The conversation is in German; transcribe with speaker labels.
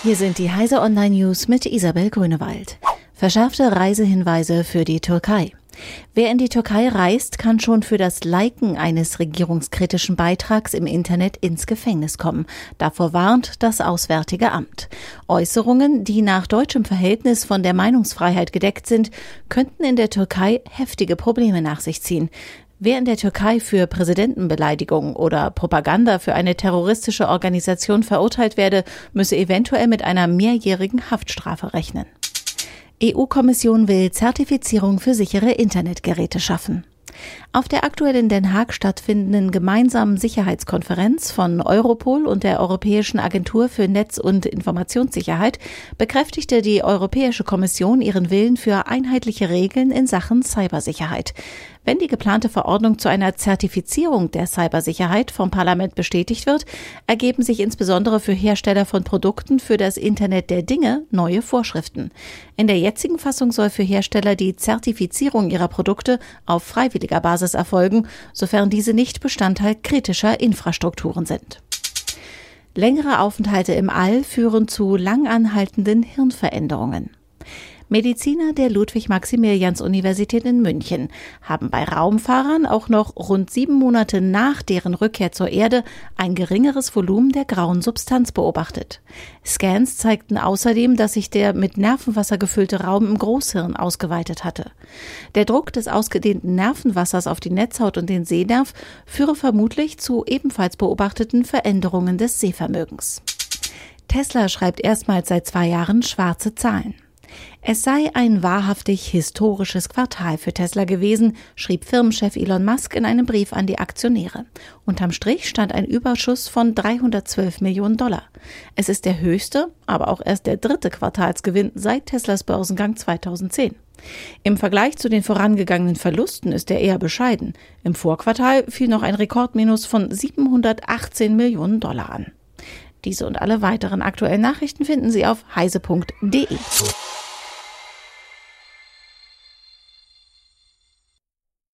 Speaker 1: Hier sind die Heise Online News mit Isabel Grünewald. Verschärfte Reisehinweise für die Türkei. Wer in die Türkei reist, kann schon für das Liken eines regierungskritischen Beitrags im Internet ins Gefängnis kommen. Davor warnt das Auswärtige Amt. Äußerungen, die nach deutschem Verhältnis von der Meinungsfreiheit gedeckt sind, könnten in der Türkei heftige Probleme nach sich ziehen. Wer in der Türkei für Präsidentenbeleidigung oder Propaganda für eine terroristische Organisation verurteilt werde, müsse eventuell mit einer mehrjährigen Haftstrafe rechnen. EU-Kommission will Zertifizierung für sichere Internetgeräte schaffen. Auf der aktuell in Den Haag stattfindenden gemeinsamen Sicherheitskonferenz von Europol und der Europäischen Agentur für Netz- und Informationssicherheit bekräftigte die Europäische Kommission ihren Willen für einheitliche Regeln in Sachen Cybersicherheit. Wenn die geplante Verordnung zu einer Zertifizierung der Cybersicherheit vom Parlament bestätigt wird, ergeben sich insbesondere für Hersteller von Produkten für das Internet der Dinge neue Vorschriften. In der jetzigen Fassung soll für Hersteller die Zertifizierung ihrer Produkte auf freiwilliger Basis erfolgen, sofern diese nicht Bestandteil kritischer Infrastrukturen sind. Längere Aufenthalte im All führen zu langanhaltenden Hirnveränderungen. Mediziner der Ludwig-Maximilians-Universität in München haben bei Raumfahrern auch noch rund 7 Monate nach deren Rückkehr zur Erde ein geringeres Volumen der grauen Substanz beobachtet. Scans zeigten außerdem, dass sich der mit Nervenwasser gefüllte Raum im Großhirn ausgeweitet hatte. Der Druck des ausgedehnten Nervenwassers auf die Netzhaut und den Sehnerv führe vermutlich zu ebenfalls beobachteten Veränderungen des Sehvermögens. Tesla schreibt erstmals seit 2 Jahren schwarze Zahlen. Es sei ein wahrhaftig historisches Quartal für Tesla gewesen, schrieb Firmenchef Elon Musk in einem Brief an die Aktionäre. Unterm Strich stand ein Überschuss von $312 Millionen. Es ist der höchste, aber auch erst der 3. Quartalsgewinn seit Teslas Börsengang 2010. Im Vergleich zu den vorangegangenen Verlusten ist er eher bescheiden. Im Vorquartal fiel noch ein Rekordminus von $718 Millionen an. Diese und alle weiteren aktuellen Nachrichten finden Sie auf heise.de.